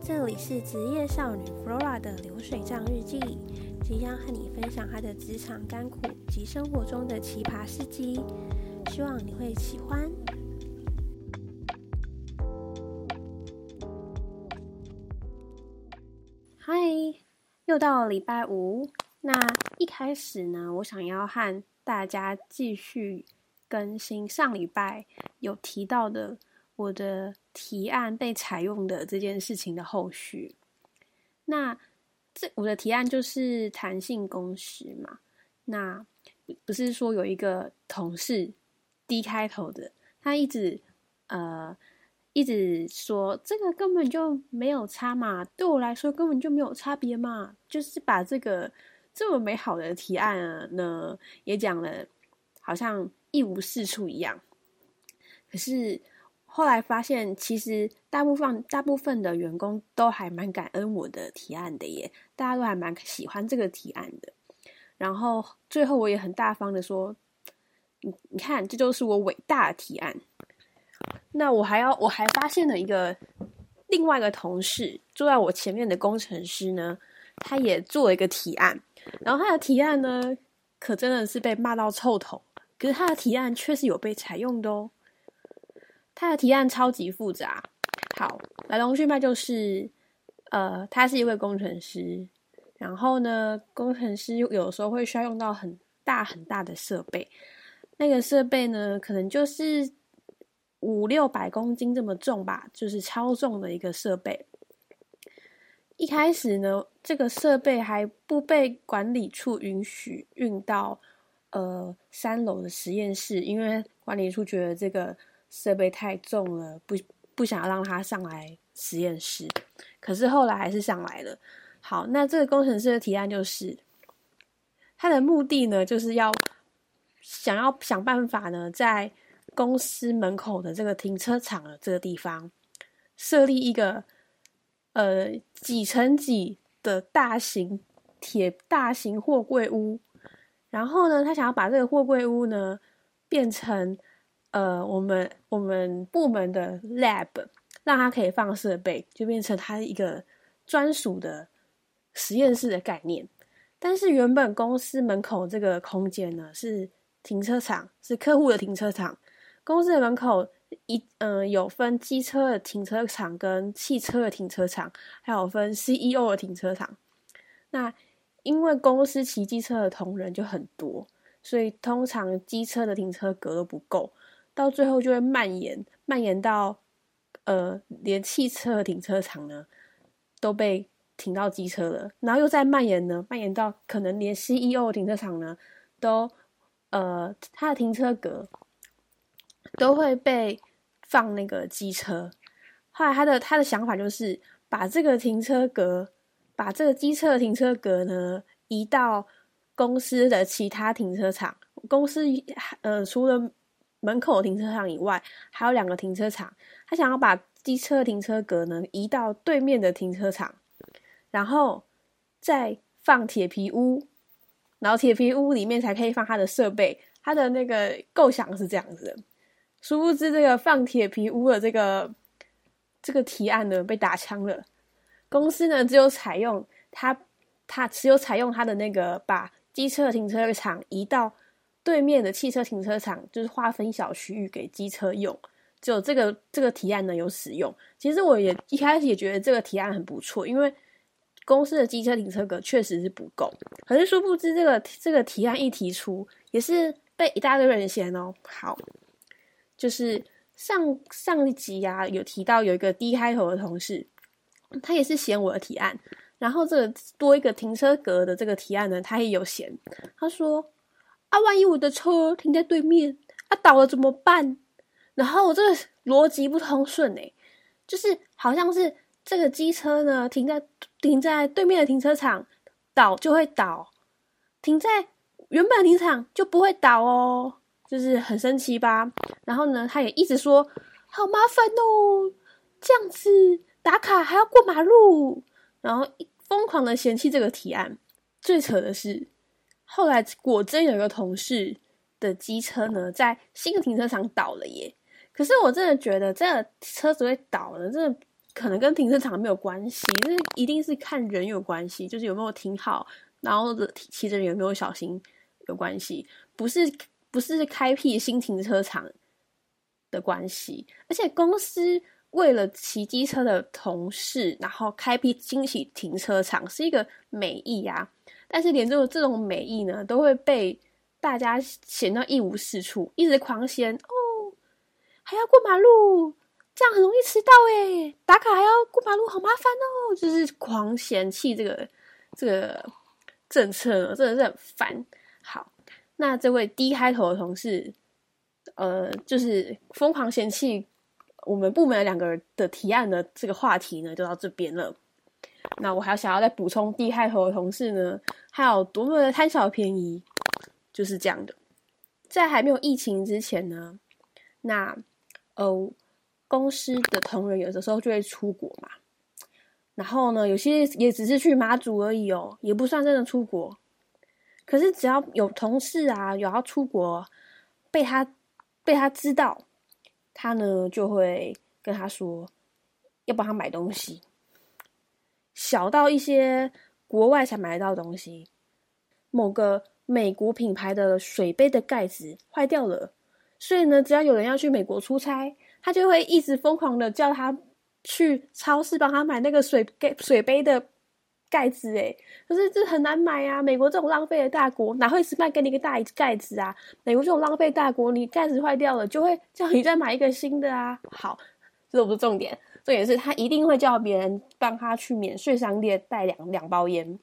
这里是职业少女 Flora 的流水账日记，即将和你分享她的职场甘苦及生活中的奇葩事迹，希望你会喜欢。嗨，又到了礼拜五，那一开始呢，我想要和大家继续更新上礼拜有提到的我的提案被采用的这件事情的后续。那我的提案就是弹性工时嘛，那不是说有一个同事 D 开头的，他一直说这个根本就没有差嘛，对我来说根本就没有差别嘛，就是把这个这么美好的提案呢也讲了好像一无是处一样。可是后来发现其实大部分的员工都还蛮感恩我的提案的耶，大家都还蛮喜欢这个提案的。然后最后我也很大方的说，你看这就是我伟大的提案。那我还发现了另外一个同事坐在我前面的工程师呢，他也做了一个提案，然后他的提案呢可真的是被骂到臭头，可是他的提案确实有被采用的哦。他的提案超级复杂，好，来龙去脉就是他是一位工程师，然后呢工程师有时候会需要用到很大很大的设备，那个设备呢可能就是500-600公斤这么重吧，就是超重的一个设备。一开始呢这个设备还不被管理处允许运到3楼的实验室，因为管理处觉得这个设备太重了，不想要让它上来实验室。可是后来还是上来了。好，那这个工程师的提案就是他的目的呢就是想办法呢在公司门口的这个停车场的这个地方设立一个几乘几的大型货柜屋，然后呢他想要把这个货柜屋呢变成我们部门的 lab， 让它可以放设备，就变成它一个专属的实验室的概念。但是原本公司门口这个空间呢是停车场，是客户的停车场。公司的门口有分机车的停车场跟汽车的停车场，还有分 CEO 的停车场。那因为公司骑机车的同仁就很多，所以通常机车的停车格都不够，到最后就会蔓延到连汽车的停车场呢都被停到机车了，然后又再蔓延到可能连 CEO 的停车场呢都它的停车格都会被放那个机车。后来他的想法就是把这个机车的停车格呢移到公司的其他停车场。公司除了门口停车场以外还有2个停车场，他想要把机车停车格呢移到对面的停车场，然后再放铁皮屋，然后铁皮屋里面才可以放他的设备。他的那个构想是这样子的，殊不知这个放铁皮屋的这个提案呢被打枪了。公司呢只有采用他的那个把机车停车场移到对面的汽车停车场，就是划分小区域给机车用，只有这个提案呢有使用。其实我也一开始也觉得这个提案很不错，因为公司的机车停车格确实是不够。可是殊不知这个提案一提出，也是被一大堆人嫌哦。好，就是上一集啊有提到有一个 D 开头的同事，他也是嫌我的提案，然后这个多一个停车格的这个提案呢他也有嫌。他说万一我的车停在对面倒了怎么办？然后我这个逻辑不通顺就是好像是这个机车呢停在对面的停车场倒就会倒，停在原本的停车场就不会倒哦，就是很生气吧。然后呢他也一直说好麻烦哦，这样子打卡还要过马路，然后疯狂的嫌弃这个提案。最扯的是后来果真有一个同事的机车呢在新的停车场倒了耶。可是我真的觉得这个车子会倒呢，真的可能跟停车场没有关系，这一定是看人有关系，就是有没有停好，然后骑着人有没有小心有关系，不是开辟新停车场的关系。而且公司为了骑机车的同事，然后开辟新起停车场是一个美意啊，但是连这种美意呢，都会被大家嫌到一无是处，一直狂嫌哦，还要过马路，这样很容易迟到耶，打卡还要过马路，好麻烦哦，就是狂嫌弃这个政策呢，真的是很烦。好，那这位 D 开头的同事，就是疯狂嫌弃我们部门的2个人的提案的这个话题呢，就到这边了。那我还想要再补充 D 开头的同事呢，还有多么的贪小便宜，就是这样的。在还没有疫情之前呢，那公司的同仁有的时候就会出国嘛，然后呢，有些也只是去马祖而已哦，也不算真的出国。可是只要有同事啊有要出国，被他知道，他呢就会跟他说要帮他买东西，小到一些国外才买得到的东西，某个美国品牌的水杯的盖子坏掉了，所以呢，只要有人要去美国出差，他就会一直疯狂的叫他去超市帮他买那个水杯的盖子诶，可是这很难买啊！美国这种浪费的大国，哪会只卖给你一个大盖子啊？美国这种浪费大国，你盖子坏掉了，就会叫你再买一个新的啊！好，这不是重点，重点是他一定会叫别人帮他去免税商店带两包烟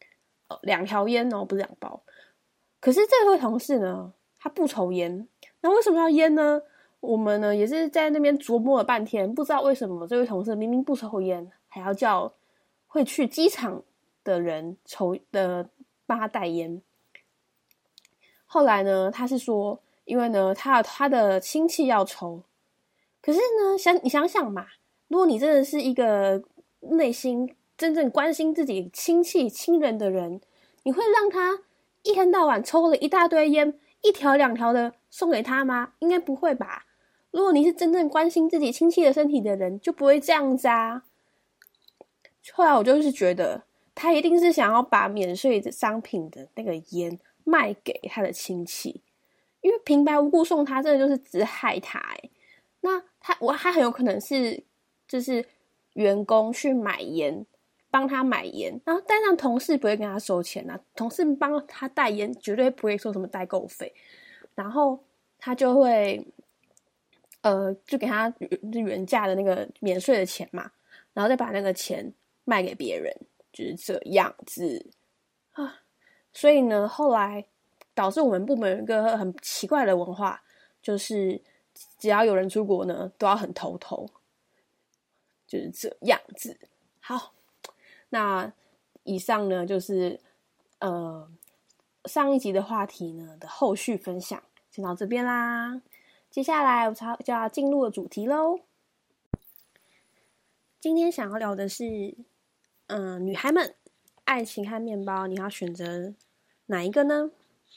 ，2条烟哦，不是2包。可是这位同事呢，他不抽烟，那为什么要烟呢？我们呢也是在那边琢磨了半天，不知道为什么这位同事明明不抽烟，还要叫会去机场的人帮他带烟。后来呢，他是说，因为呢他的亲戚要抽，可是呢你想想嘛，如果你真的是一个内心真正关心自己亲戚亲人的人，你会让他一天到晚抽了一大堆烟，1条2条的送给他吗？应该不会吧。如果你是真正关心自己亲戚的身体的人，就不会这样子啊。后来我就是觉得他一定是想要把免税商品的那个烟卖给他的亲戚，因为平白无故送他，真的就是只害他欸。那他很有可能是就是员工去买烟，帮他买烟，然后但让同事不会跟他收钱啊，同事帮他带烟绝对不会收什么代购费，然后他就会就给他原价的那个免税的钱嘛，然后再把那个钱卖给别人，就是这样子啊。所以呢，后来导致我们部门有一个很奇怪的文化，就是只要有人出国呢，都要很偷偷，就是这样子。好，那以上呢就是上一集的话题呢的后续分享，先到这边啦。接下来我就要进入了主题咯。今天想要聊的是女孩们，爱情和面包，你要选择哪一个呢？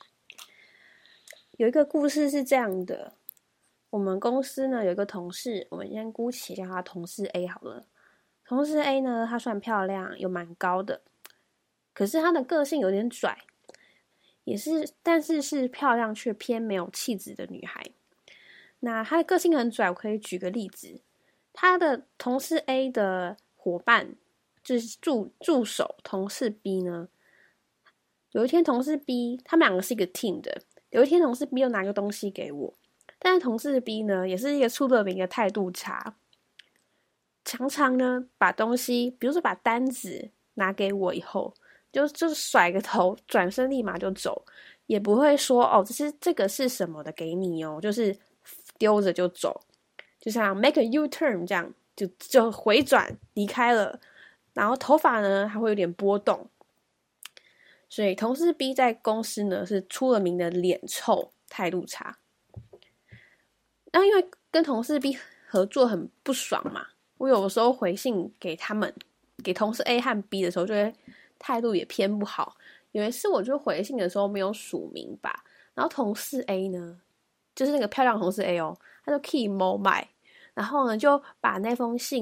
有一个故事是这样的，我们公司呢有一个同事，我们先姑且叫他同事 A 好了。同事 A 呢，她算漂亮，又蛮高的，可是她的个性有点拽，但是是漂亮却偏没有气质的女孩。那她的个性很拽，我可以举个例子，她的同事 A 的伙伴就是助手同事 B 呢，有一天同事 B 他们2个是一个 team 的，有一天同事 B 又拿个东西给我，但是同事 B 呢也是一个出了名的态度差，常常呢把东西，比如说把单子拿给我以后，就是甩个头，转身立马就走，也不会说哦这个是什么的给你哦，就是丢着就走，就像 make a U-turn 这样，就回转离开了，然后头发呢还会有点波动。所以同事 B 在公司呢是出了名的脸臭，态度差。然后因为跟同事 B 合作很不爽嘛，我有的时候回信给同事 A 和 B 的时候，就会态度也偏不好。有一次我就回信的时候没有署名吧，然后同事 A 呢，就是那个漂亮同事 A 哦，他就 key 某买，然后呢就把那封信呢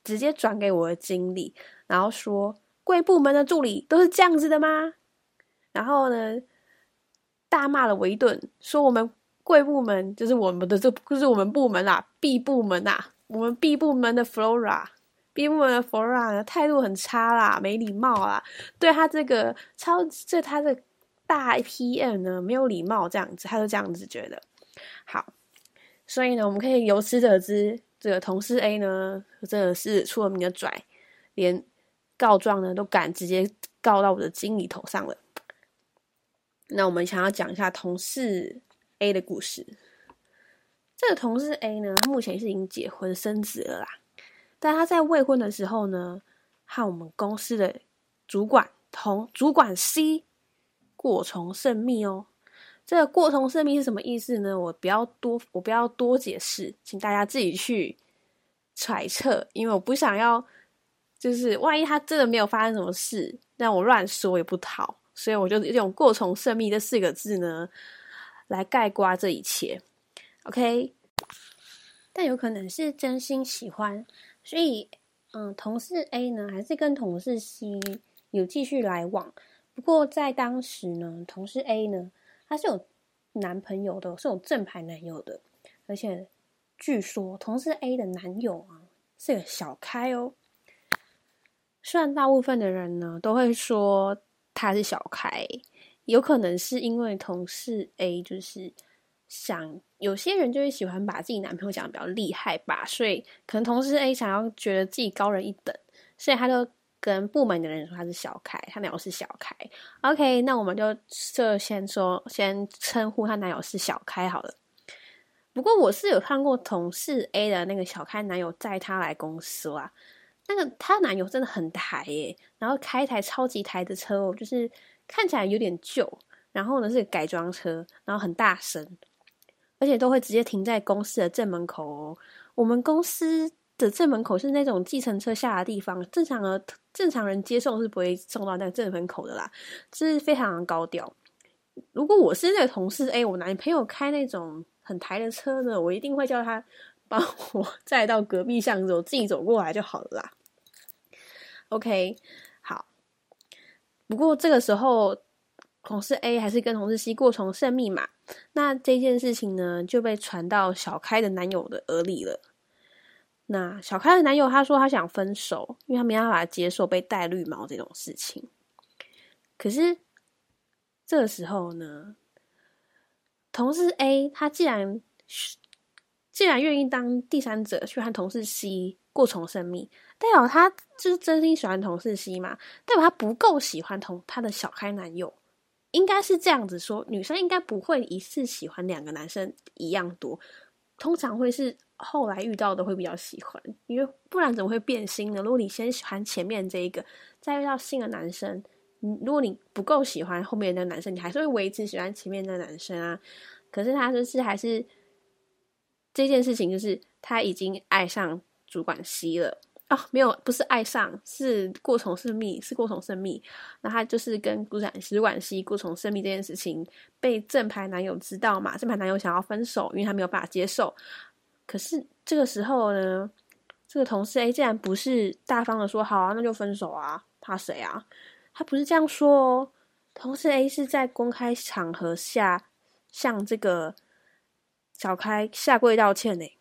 直接转给我的经理，然后说贵部门的助理都是这样子的吗？然后呢，大骂了我一顿，说我们贵部门就是我们的就是我们部门啦 ，B 部门啦，我们 B 部门的 Flora。B 部门的 Flora 呢态度很差啦，没礼貌啦，对他这个他的大 PM 呢没有礼貌，这样子，他就这样子觉得。好，所以呢，我们可以由此得知，这个同事 A 呢真的是出了名的拽，连告状呢都敢直接告到我的经理头上了。那我们想要讲一下同事 A 的故事。这个同事 A 呢，他目前是已经结婚生子了啦，但他在未婚的时候呢，和我们公司的主管 C 过从甚密哦。这个过从甚密是什么意思呢？我不要多解释，请大家自己去揣测，因为我不想要，就是万一他真的没有发生什么事，让我乱说也不好，所以我就用过从甚密这4个字呢，来概括这一切。OK， 但有可能是真心喜欢，所以同事 A 呢还是跟同事 C 有继续来往。不过在当时呢，同事 A 呢他是有男朋友的，是有正牌男友的，而且据说同事 A 的男友啊是个小开哦。虽然大部分的人呢都会说他是小开，有可能是因为同事 A 就是有些人就会喜欢把自己男朋友讲得比较厉害吧，所以可能同事 A 想要觉得自己高人一等，所以他就跟部门的人说他是小开，他男友是小开。OK， 那我们就先称呼他男友是小开好了。不过我是有看过同事 A 的那个小开男友载他来公司啦，那个他男友真的很台耶，然后开一台超级台的车哦，就是看起来有点旧，然后呢是个改装车，然后很大声，而且都会直接停在公司的正门口哦。我们公司的正门口是那种计程车下的地方，正常人接送是不会送到那个正门口的啦，这是非常的高调。如果我是那个同事，我男朋友开那种很台的车呢，我一定会叫他帮我载到隔壁巷子，我自己走过来就好了啦。OK， 好。不过这个时候，同事 A 还是跟同事 C 过从甚密嘛，那这件事情呢就被传到小开的男友的耳里了。那小开的男友他说他想分手，因为他没办法接受被戴绿帽这种事情。可是这个时候呢，同事 A 他既然愿意当第三者去和同事 C 过从甚密，代表他就是真心喜欢同事 C 嘛，代表他不够喜欢他的小开男友。应该是这样子说，女生应该不会一次喜欢2个男生一样多，通常会是后来遇到的会比较喜欢，因为不然怎么会变心呢？如果你先喜欢前面这一个，再遇到新的男生，如果你不够喜欢后面的那个男生，你还是会维持喜欢前面那个男生啊。可是他就是还是这件事情，就是他已经爱上主管 C 了。没有，不是爱上，是过从甚密，那他就是跟主管 C 过从甚密这件事情被正牌男友知道嘛，正牌男友想要分手，因为他没有办法接受。可是这个时候呢，这个同事 A 竟然不是大方的说好啊，那就分手啊，怕谁啊？他不是这样说哦，同事 A 是在公开场合下向这个小开下跪道歉耶。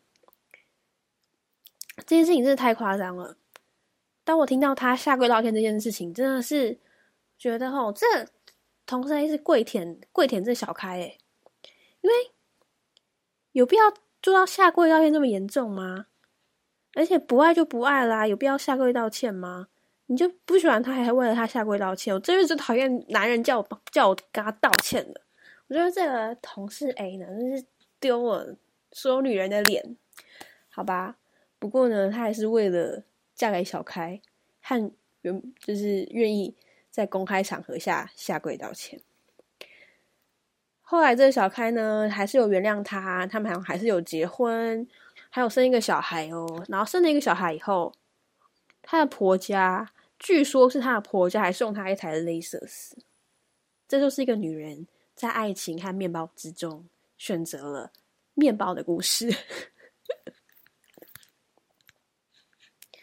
这件事情真的太夸张了。当我听到他下跪道歉这件事情，真的是觉得这同事 A 是跪舔这小开耶，因为有必要做到下跪道歉这么严重吗？而且不爱就不爱啦，有必要下跪道歉吗？你就不喜欢他，还为了他下跪道歉？我这辈子最讨厌男人叫我跟他道歉的。我觉得这个同事 A 呢，真是丢了所有女人的脸，好吧？不过呢，她还是为了嫁给小开，就是愿意在公开场合下跪道歉。后来这个小开呢，还是有原谅他，他们好像还是有结婚，还有生一个小孩哦。然后生了一个小孩以后，她的婆家据说是她的婆家还送她一台Lexus。这就是一个女人在爱情和面包之中选择了面包的故事。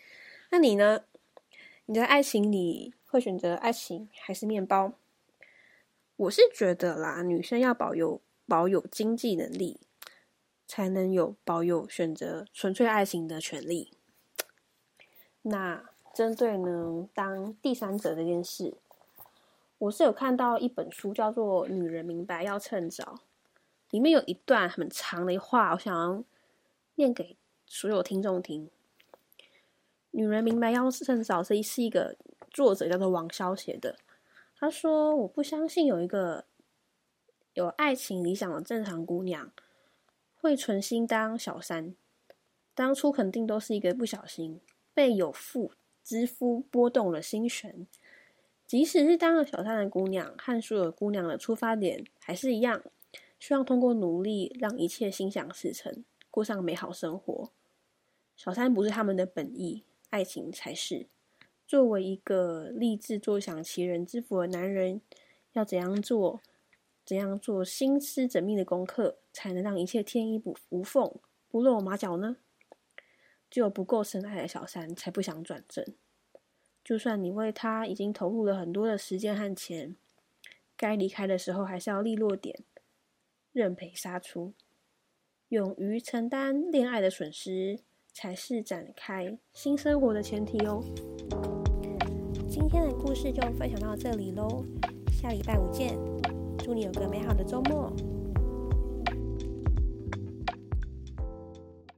那你呢？你在爱情里会选择爱情还是面包？我是觉得啦，女生要保有经济能力，才能保有选择纯粹爱情的权利。那针对呢，当第三者这件事，我是有看到一本书叫做《女人明白要趁早》，里面有一段很长的话，我想要念给所有听众听。女人明白要趁早是一个作者叫做王潇写的。他说：“我不相信有一个有爱情理想的正常姑娘会存心当小三，当初肯定都是一个不小心被有妇之夫拨动了心弦。即使是当了小三的姑娘，和所有姑娘的出发点还是一样，希望通过努力让一切心想事成，过上美好生活。小三不是他们的本意，爱情才是。作为一个立志坐享其人之福的男人，要怎样做心思缜密的功课，才能让一切天衣无缝，不露马脚呢？只有不够深爱的小三才不想转正。就算你为他已经投入了很多的时间和钱，该离开的时候还是要利落点，认赔杀出，勇于承担恋爱的损失，才是展开新生活的前提哦。今天的故事就分享到这里咯，下礼拜五见，祝你有个美好的周末。